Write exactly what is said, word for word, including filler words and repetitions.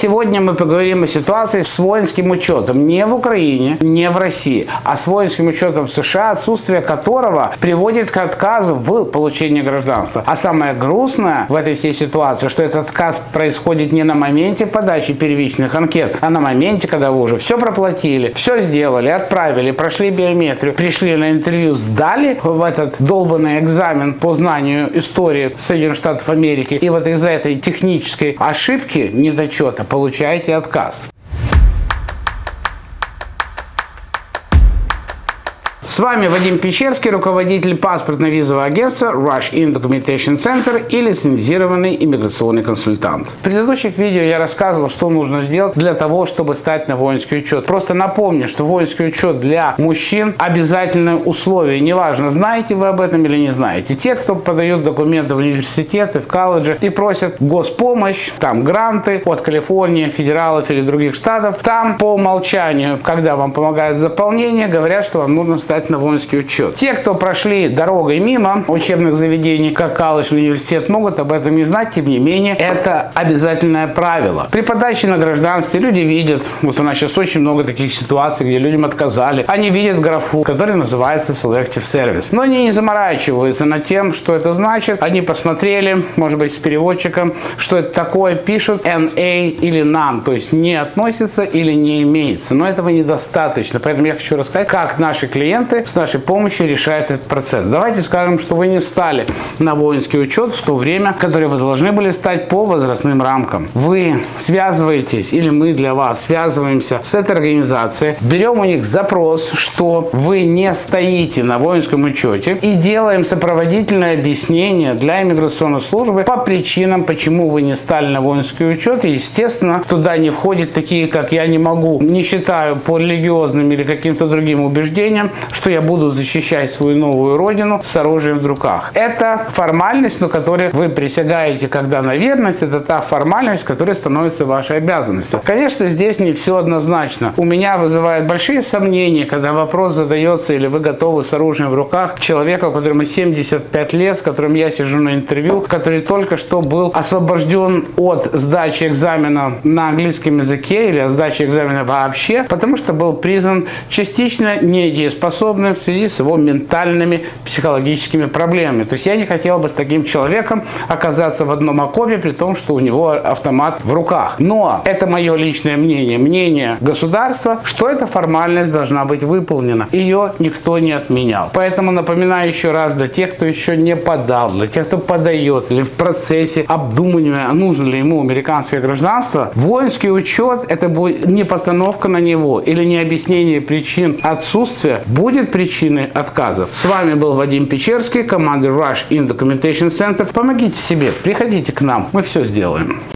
сегодня мы поговорим о ситуации с воинским учетом не в Украине, не в России, а с воинским учетом в США, отсутствие которого приводит к отказу в получении гражданства. А самое грустное в этой всей ситуации, что этот отказ происходит не на моменте подачи первичных анкет, а на моменте, когда вы уже все проплатили, все сделали, отправили, прошли биометрию, пришли на интервью, сдали в этот долбанный экзамен по знанию истории Соединенных Штатов Америки, и вот из-за этой технической ошибки, недочета, получаете отказ. С вами Вадим Печерский, руководитель паспортно-визового агентства Rush-In Documentation Center и лицензированный иммиграционный консультант. В предыдущих видео я рассказывал, что нужно сделать для того, чтобы стать на воинский учет. Просто напомню, что воинский учет для мужчин обязательное условие. Неважно, знаете вы об этом или не знаете. Те, кто подают документы в университеты, в колледжи и просят госпомощь, там гранты от Калифорнии, федералов или других штатов, там по умолчанию, когда вам помогают заполнение, говорят, что вам нужно стать на воинский учет. Те, кто прошли дорогой мимо учебных заведений, как колледж или университет, могут об этом не знать. Тем не менее, это обязательное правило. При подаче на гражданстве люди видят, вот у нас сейчас очень много таких ситуаций, где людям отказали. Они видят графу, которая называется Selective Service. Но они не заморачиваются над тем, что это значит. Они посмотрели, может быть, с переводчиком, что это такое, пишут эн эй или none, то есть не относится или не имеется. Но этого недостаточно. Поэтому я хочу рассказать, как наши клиенты с нашей помощью решают этот процесс. Давайте скажем, что вы не стали на воинский учет в то время, которое вы должны были стать по возрастным рамкам. Вы связываетесь, или мы для вас связываемся с этой организацией, берем у них запрос, что вы не стоите на воинском учете, и делаем сопроводительное объяснение для иммиграционной службы по причинам, почему вы не стали на воинский учет. И, естественно, туда не входят такие, как я не могу, не считаю по религиозным или каким-то другим убеждениям, что я буду защищать свою новую родину с оружием в руках. Это формальность, на которой вы присягаете, когда на верность. Это та формальность, которая становится вашей обязанностью. Конечно, здесь не все однозначно. У меня вызывает большие сомнения, когда вопрос задается, или вы готовы с оружием в руках, человеку, которому семьдесят пять лет, с которым я сижу на интервью, который только что был освобожден от сдачи экзамена на английском языке или от сдачи экзамена вообще, потому что был признан частично недееспособным в связи с его ментальными, психологическими проблемами. То есть я не хотел бы с таким человеком оказаться в одном окопе, при том, что у него автомат в руках. Но это мое личное мнение, мнение государства, что эта формальность должна быть выполнена. Ее никто не отменял. Поэтому напоминаю еще раз для тех, кто еще не подал, для тех, кто подает или в процессе обдумывания, нужно ли ему американское гражданство, воинский учет – это будет не постановка на него или не объяснение причин отсутствия, будет причиной отказа. С вами был Вадим Печерский, команда Rush-In Documentation Center. Помогите себе, приходите к нам, мы все сделаем.